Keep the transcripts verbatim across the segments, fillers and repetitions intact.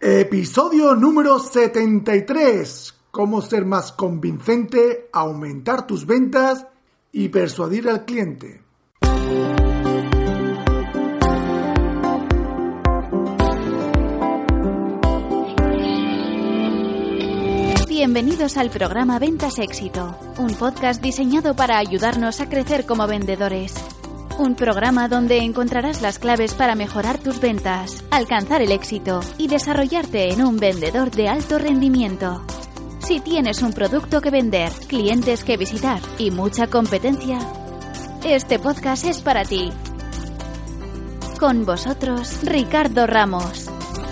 Episodio número setenta y tres. Cómo ser más convincente, aumentar tus ventas y persuadir al cliente. Bienvenidos al programa Ventas Éxito, un podcast diseñado para ayudarnos a crecer como vendedores. Un programa donde encontrarás las claves para mejorar tus ventas, alcanzar el éxito y desarrollarte en un vendedor de alto rendimiento. Si tienes un producto que vender, clientes que visitar y mucha competencia, este podcast es para ti. Con vosotros, Ricardo Ramos.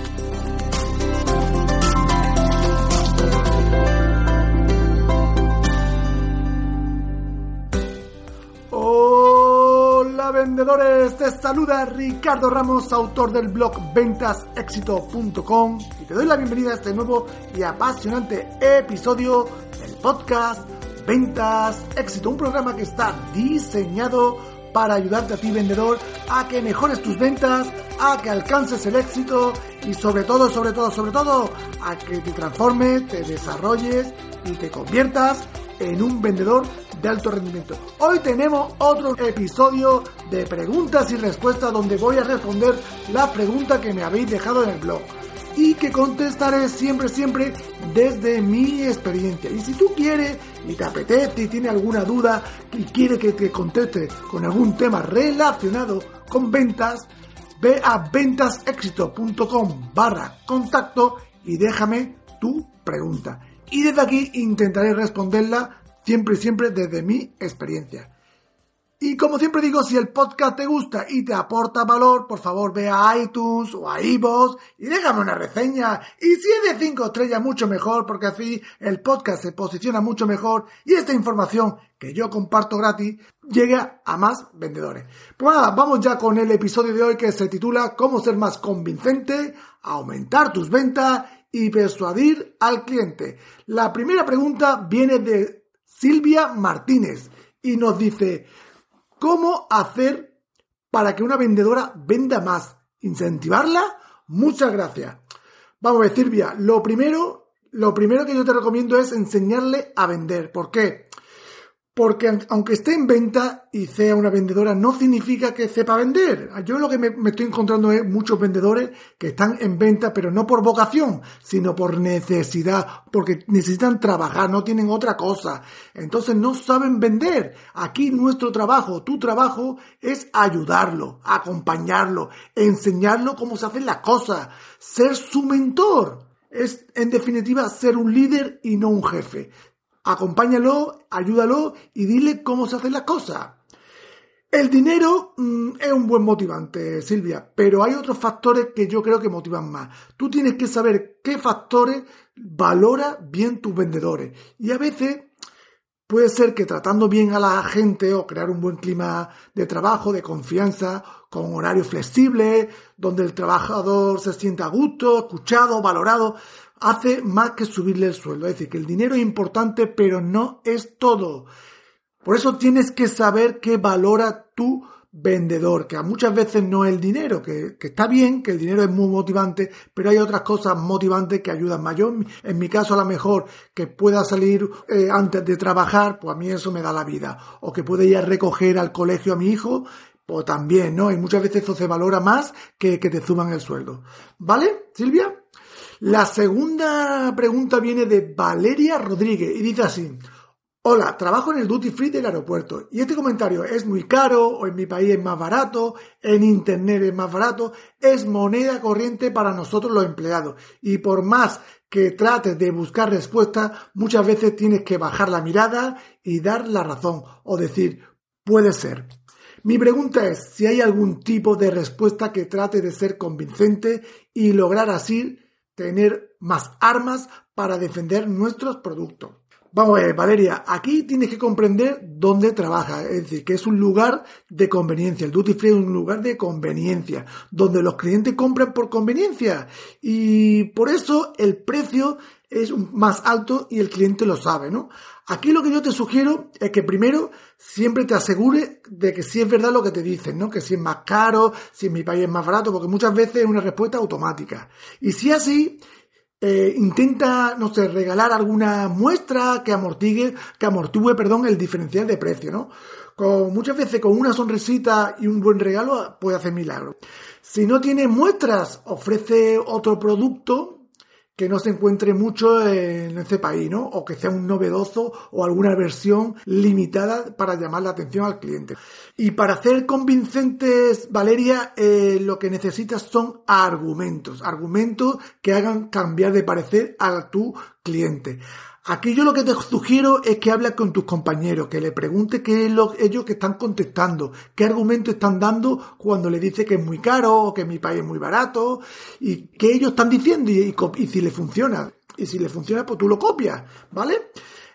Vendedores, te saluda Ricardo Ramos, autor del blog ventas éxito punto com, y te doy la bienvenida a este nuevo y apasionante episodio del podcast Ventas Éxito, un programa que está diseñado para ayudarte a ti, vendedor, a que mejores tus ventas, a que alcances el éxito y sobre todo, sobre todo, sobre todo, a que te transformes, te desarrolles y te conviertas en un vendedor de alto rendimiento. Hoy tenemos otro episodio de preguntas y respuestas donde voy a responder la pregunta que me habéis dejado en el blog y que contestaré siempre, siempre desde mi experiencia. Y si tú quieres y te apetece y tienes alguna duda y quieres que te conteste con algún tema relacionado con ventas, ve a ventas éxito punto com barra contacto y déjame tu pregunta. Y desde aquí intentaré responderla siempre y siempre desde mi experiencia. Y como siempre digo, si el podcast te gusta y te aporta valor, por favor ve a iTunes o a iVoox y déjame una reseña. Y si es de cinco estrellas, mucho mejor, porque así el podcast se posiciona mucho mejor y esta información que yo comparto gratis llega a más vendedores. Pues nada, vamos ya con el episodio de hoy, que se titula Cómo ser más convincente, aumentar tus ventas y persuadir al cliente. La primera pregunta viene de Silvia Martínez y nos dice: ¿cómo hacer para que una vendedora venda más? ¿Incentivarla? Muchas gracias. Vamos a ver, Silvia, lo primero, lo primero que yo te recomiendo es enseñarle a vender. ¿Por qué? Porque aunque esté en venta y sea una vendedora, no significa que sepa vender. Yo lo que me, me estoy encontrando es muchos vendedores que están en venta, pero no por vocación, sino por necesidad, porque necesitan trabajar, no tienen otra cosa. Entonces no saben vender. Aquí nuestro trabajo, tu trabajo, es ayudarlo, acompañarlo, enseñarlo cómo se hacen las cosas, ser su mentor. Es, en definitiva, ser un líder y no un jefe. Acompáñalo, ayúdalo y dile cómo se hacen las cosas. El dinero mmm, es un buen motivante, Silvia, pero hay otros factores que yo creo que motivan más. Tú tienes que saber qué factores valora bien tus vendedores. Y a veces puede ser que tratando bien a la gente o crear un buen clima de trabajo, de confianza, con horarios flexibles, donde el trabajador se sienta a gusto, escuchado, valorado, hace más que subirle el sueldo. Es decir, que el dinero es importante, pero no es todo. Por eso tienes que saber qué valora tu vendedor, que a muchas veces no es el dinero, que, que está bien, que el dinero es muy motivante, pero hay otras cosas motivantes que ayudan más. Yo, en mi caso, a lo mejor, que pueda salir eh, antes de trabajar, pues a mí eso me da la vida. O que pueda ir a recoger al colegio a mi hijo, pues también, ¿no? Y muchas veces eso se valora más que que te suban el sueldo. ¿Vale, Silvia? La segunda pregunta viene de Valeria Rodríguez y dice así: hola, trabajo en el duty free del aeropuerto y este comentario es muy caro, o en mi país es más barato, en internet es más barato, es moneda corriente para nosotros los empleados, y por más que trates de buscar respuestas, muchas veces tienes que bajar la mirada y dar la razón o decir puede ser. Mi pregunta es si hay algún tipo de respuesta que trate de ser convincente y lograr así tener más armas para defender nuestros productos. Vamos a ver, Valeria, aquí tienes que comprender dónde trabajas, es decir, que es un lugar de conveniencia. El duty free es un lugar de conveniencia, donde los clientes compran por conveniencia y por eso el precio es más alto y el cliente lo sabe, ¿no? Aquí lo que yo te sugiero es que primero siempre te asegures de que sí es verdad lo que te dicen, ¿no? Que si es más caro, si en mi país es más barato, porque muchas veces es una respuesta automática. Y si así, eh, intenta, no sé, regalar alguna muestra que amortigue, que amortigue, perdón, el diferencial de precio, ¿no? Con, muchas veces con una sonrisita y un buen regalo puede hacer milagros. Si no tienes muestras, ofrece otro producto que no se encuentre mucho en ese país, ¿no? O que sea un novedoso o alguna versión limitada para llamar la atención al cliente. Y para hacer convincentes, Valeria, eh, lo que necesitas son argumentos. Argumentos que hagan cambiar de parecer a tu cliente. Aquí yo lo que te sugiero es que hables con tus compañeros, que le preguntes qué es lo ellos que están contestando, qué argumentos están dando cuando le dice que es muy caro o que mi país es muy barato y qué ellos están diciendo y, y, y si le funciona. Y si le funciona, pues tú lo copias, ¿vale?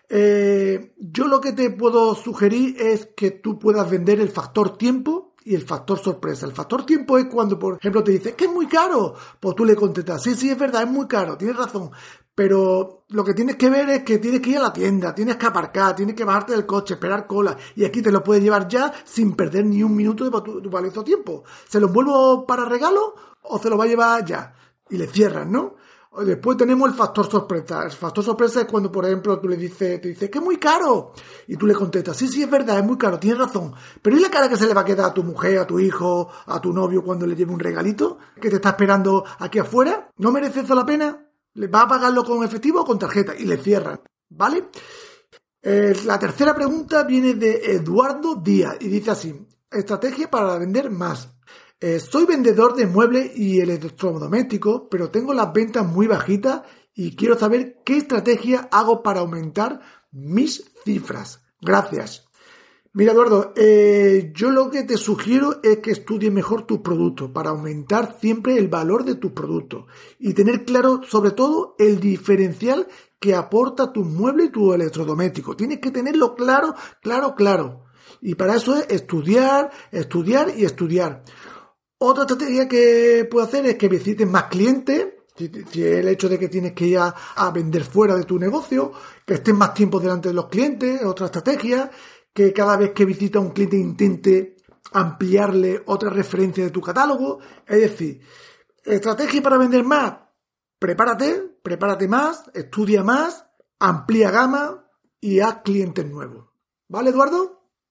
Eh, yo lo que te puedo sugerir es que tú puedas vender el factor tiempo y el factor sorpresa. El factor tiempo es cuando, por ejemplo, te dice que es muy caro, pues tú le contestas, sí, sí, es verdad, es muy caro, tienes razón, pero lo que tienes que ver es que tienes que ir a la tienda, tienes que aparcar, tienes que bajarte del coche, esperar cola, y aquí te lo puedes llevar ya sin perder ni un minuto de tu, tu valioso tiempo. ¿Se lo envuelvo para regalo o se lo va a llevar ya? Y le cierras, ¿no? Después tenemos el factor sorpresa. El factor sorpresa es cuando, por ejemplo, tú le dices, te dice que es muy caro. Y tú le contestas, sí, sí, es verdad, es muy caro, tienes razón. Pero ¿y la cara que se le va a quedar a tu mujer, a tu hijo, a tu novio cuando le lleve un regalito que te está esperando aquí afuera? ¿No merece eso la pena? ¿Le va a pagarlo con efectivo o con tarjeta? Y le cierran, ¿vale? Eh, la tercera pregunta viene de Eduardo Díaz y dice así, estrategia para vender más. Eh, soy vendedor de muebles y electrodomésticos, pero tengo las ventas muy bajitas y quiero saber qué estrategia hago para aumentar mis cifras. Gracias. Mira, Eduardo, eh, yo lo que te sugiero es que estudies mejor tus productos para aumentar siempre el valor de tus productos y tener claro, sobre todo, el diferencial que aporta tu mueble y tu electrodoméstico. Tienes que tenerlo claro, claro, claro. Y para eso es estudiar, estudiar y estudiar. Otra estrategia que puedo hacer es que visites más clientes, si, si el hecho de que tienes que ir a, a vender fuera de tu negocio, que estés más tiempo delante de los clientes, otra estrategia, que cada vez que visitas a un cliente intente ampliarle otra referencia de tu catálogo. Es decir, estrategia para vender más, prepárate, prepárate más, estudia más, amplía gama y haz clientes nuevos. ¿Vale, Eduardo?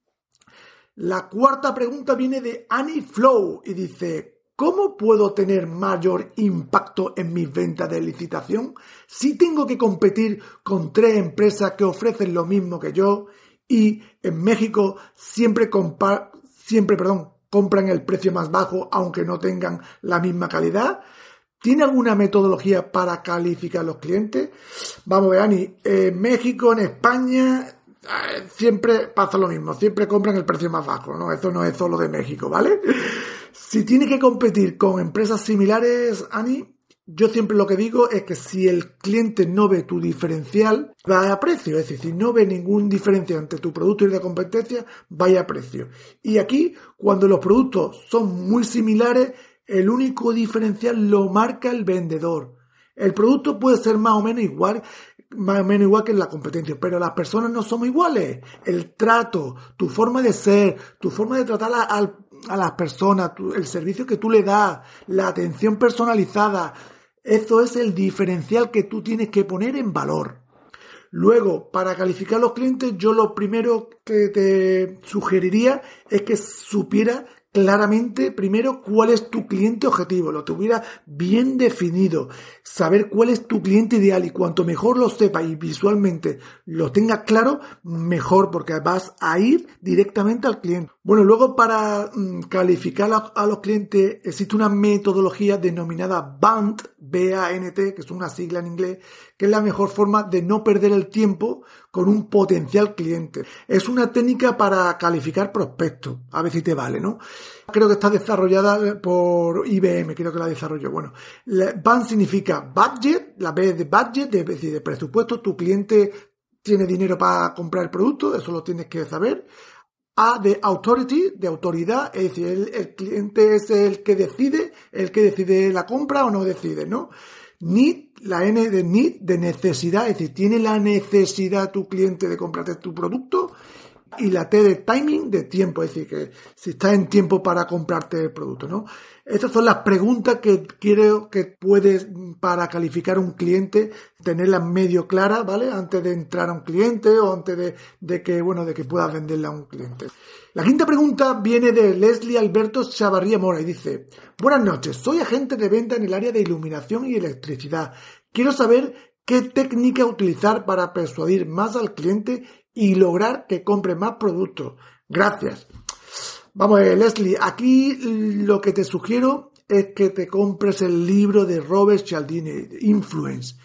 La cuarta pregunta viene de Annie Flow y dice, ¿cómo puedo tener mayor impacto en mis ventas de licitación si tengo que competir con tres empresas que ofrecen lo mismo que yo y en México siempre, compa- siempre perdón, compran el precio más bajo aunque no tengan la misma calidad? ¿Tiene alguna metodología para calificar a los clientes? Vamos a ver, Annie, en México, en España siempre pasa lo mismo, siempre compran el precio más bajo, ¿no? Eso no es solo de México, ¿vale? Si tienes que competir con empresas similares, Ani, yo siempre lo que digo es que si el cliente no ve tu diferencial, va a precio, es decir, si no ve ningún diferencial entre tu producto y la competencia, vaya a precio. Y aquí, cuando los productos son muy similares, el único diferencial lo marca el vendedor. El producto puede ser más o menos igual, más o menos igual que en la competencia, pero las personas no somos iguales. El trato, tu forma de ser, tu forma de tratar a, a, a las personas, tu, el servicio que tú le das, la atención personalizada, eso es el diferencial que tú tienes que poner en valor. Luego, para calificar a los clientes, yo lo primero que te sugeriría es que supiera claramente, primero, cuál es tu cliente objetivo, lo tuviera bien definido, saber cuál es tu cliente ideal y cuanto mejor lo sepa y visualmente lo tengas claro, mejor, porque vas a ir directamente al cliente. Bueno, luego para mmm, calificar a, a los clientes existe una metodología denominada B A N T, B A N T, que es una sigla en inglés, que es la mejor forma de no perder el tiempo con un potencial cliente. Es una técnica para calificar prospectos, a ver si te vale, ¿no? Creo que está desarrollada por I B M, creo que la desarrolló. Bueno, B A N significa budget, la B de budget, es decir, de presupuesto, tu cliente tiene dinero para comprar el producto, eso lo tienes que saber. A, de authority, de autoridad, es decir, el, el cliente es el que decide, el que decide la compra o no decide, ¿no? Need, la N de need, de necesidad, es decir, tiene la necesidad tu cliente de comprarte tu producto. Y la T de timing, de tiempo, es decir, que si está en tiempo para comprarte el producto, ¿no? Estas son las preguntas que creo que puedes, para calificar un cliente, tenerlas medio claras, ¿vale? Antes de entrar a un cliente o antes de, de que, bueno, de que puedas venderle a un cliente. La quinta pregunta viene de Leslie Alberto Chavarría Mora y dice: buenas noches, soy agente de venta en el área de iluminación y electricidad. Quiero saber qué técnica utilizar para persuadir más al cliente y lograr que compre más productos. Gracias. Vamos a ver, Leslie, aquí lo que te sugiero es que te compres el libro de Robert Cialdini, Influence,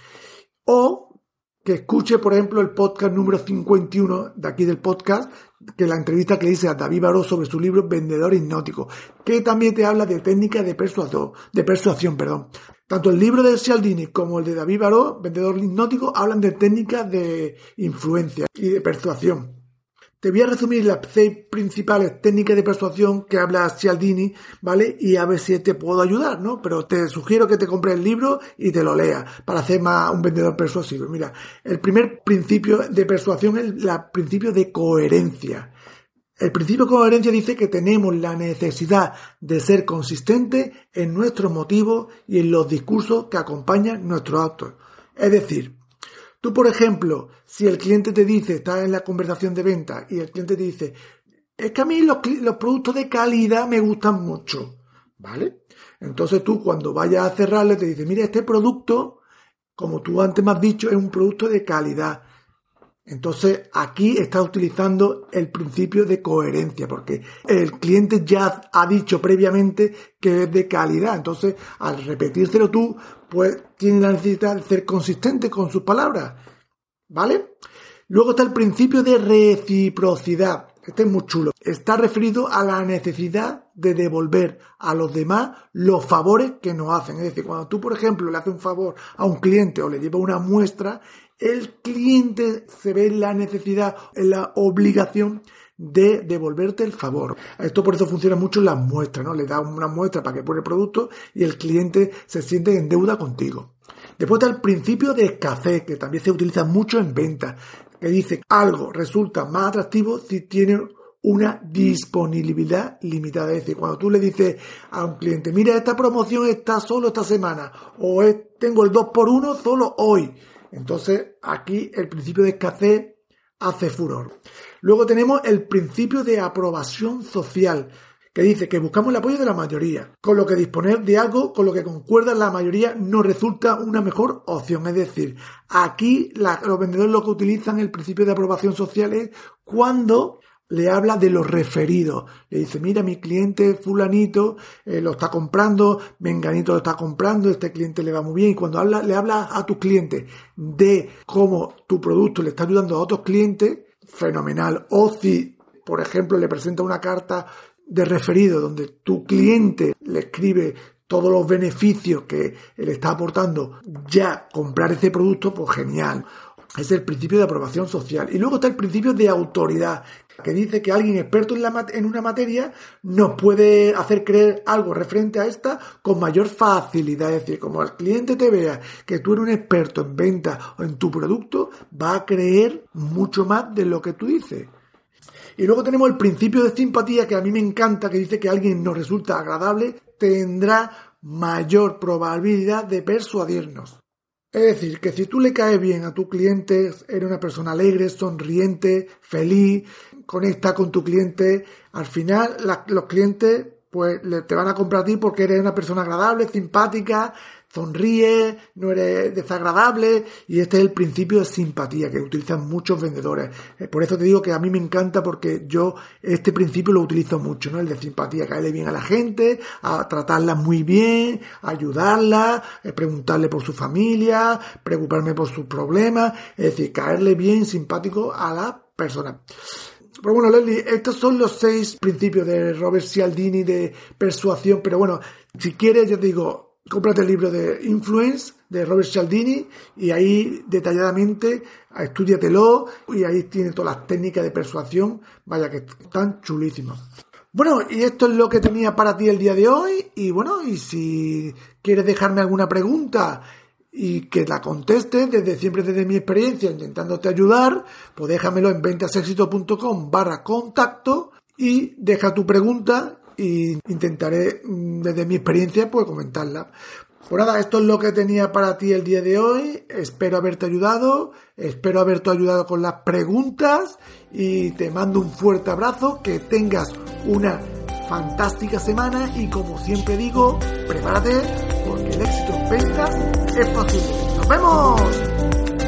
o que escuche, por ejemplo, el podcast número cincuenta y uno de aquí del podcast, que la entrevista que le hice a David Baró sobre su libro Vendedor Hipnótico, que también te habla de técnicas de persuasión, de persuasión, perdón. Tanto el libro de Cialdini como el de David Baró, Vendedor Hipnótico, hablan de técnicas de influencia y de persuasión. Te voy a resumir las seis principales técnicas de persuasión que habla Cialdini, ¿vale? Y a ver si te puedo ayudar, ¿no? Pero te sugiero que te compres el libro y te lo leas para hacer más un vendedor persuasivo. Mira, el primer principio de persuasión es el principio de coherencia. El principio de coherencia dice que tenemos la necesidad de ser consistentes en nuestros motivos y en los discursos que acompañan nuestros actos. Es decir, tú, por ejemplo, si el cliente te dice, estás en la conversación de venta y el cliente te dice: es que a mí los, los productos de calidad me gustan mucho, ¿vale? Entonces tú, cuando vayas a cerrarle, te dices: mira, este producto, como tú antes me has dicho, es un producto de calidad. Entonces aquí estás utilizando el principio de coherencia, porque el cliente ya ha dicho previamente que es de calidad. Entonces, al repetírselo tú, pues tiene la necesidad de ser consistente con sus palabras, ¿vale? Luego está el principio de reciprocidad. Este es muy chulo. Está referido a la necesidad de devolver a los demás los favores que nos hacen. Es decir, cuando tú, por ejemplo, le haces un favor a un cliente o le llevas una muestra, el cliente se ve en la necesidad, en la obligación de devolverte el favor. Esto por eso funciona mucho en las muestras, ¿no? Le das una muestra para que pruebe el producto y el cliente se siente en deuda contigo. Después está el principio de escasez, que también se utiliza mucho en ventas, que dice que algo resulta más atractivo si tiene una disponibilidad limitada. Es decir, cuando tú le dices a un cliente: mira, esta promoción está solo esta semana, o es, tengo el dos por uno solo hoy. Entonces, aquí el principio de escasez hace furor. Luego tenemos el principio de aprobación social, que dice que buscamos el apoyo de la mayoría, con lo que disponer de algo con lo que concuerda la mayoría nos resulta una mejor opción. Es decir, aquí la, los vendedores lo que utilizan el principio de aprobación social es cuando le habla de los referidos. Le dice: mira, mi cliente fulanito eh, lo está comprando, menganito lo está comprando, este cliente le va muy bien. Y cuando habla, le hablas a tus clientes de cómo tu producto le está ayudando a otros clientes, fenomenal. O si, por ejemplo, le presenta una carta de referido donde tu cliente le escribe todos los beneficios que le está aportando ya comprar ese producto, pues genial. Es el principio de aprobación social. Y luego está el principio de autoridad, que dice que alguien experto en, la, en una materia nos puede hacer creer algo referente a esta con mayor facilidad. Es decir, como el cliente te vea que tú eres un experto en venta o en tu producto, va a creer mucho más de lo que tú dices. Y luego tenemos el principio de simpatía, que a mí me encanta, que dice que alguien nos resulta agradable, tendrá mayor probabilidad de persuadirnos. Es decir, que si tú le caes bien a tu cliente, eres una persona alegre, sonriente, feliz, conecta con tu cliente, al final la, los clientes pues le, te van a comprar a ti porque eres una persona agradable, simpática, sonríes, no eres desagradable, y este es el principio de simpatía que utilizan muchos vendedores. Por eso te digo que a mí me encanta, porque yo este principio lo utilizo mucho, ¿no? El de simpatía, caerle bien a la gente, a tratarla muy bien, ayudarla, preguntarle por su familia, preocuparme por sus problemas, es decir, caerle bien, simpático a la persona. Pero bueno, Leslie, estos son los seis principios de Robert Cialdini de persuasión, pero bueno, si quieres, yo te digo, cómprate el libro de Influence de Robert Cialdini y ahí detalladamente estúdiatelo y ahí tiene todas las técnicas de persuasión, vaya que están chulísimas. Bueno, y esto es lo que tenía para ti el día de hoy y bueno, y si quieres dejarme alguna pregunta y que la conteste desde siempre desde mi experiencia intentándote ayudar, pues déjamelo en ventasexito.com barra contacto y deja tu pregunta y intentaré desde mi experiencia pues comentarla. Pues nada, esto es lo que tenía para ti el día de hoy. Espero haberte ayudado, espero haberte ayudado con las preguntas y te mando un fuerte abrazo, que tengas una fantástica semana y como siempre digo, prepárate porque el éxito en ventas es posible. ¡Nos vemos!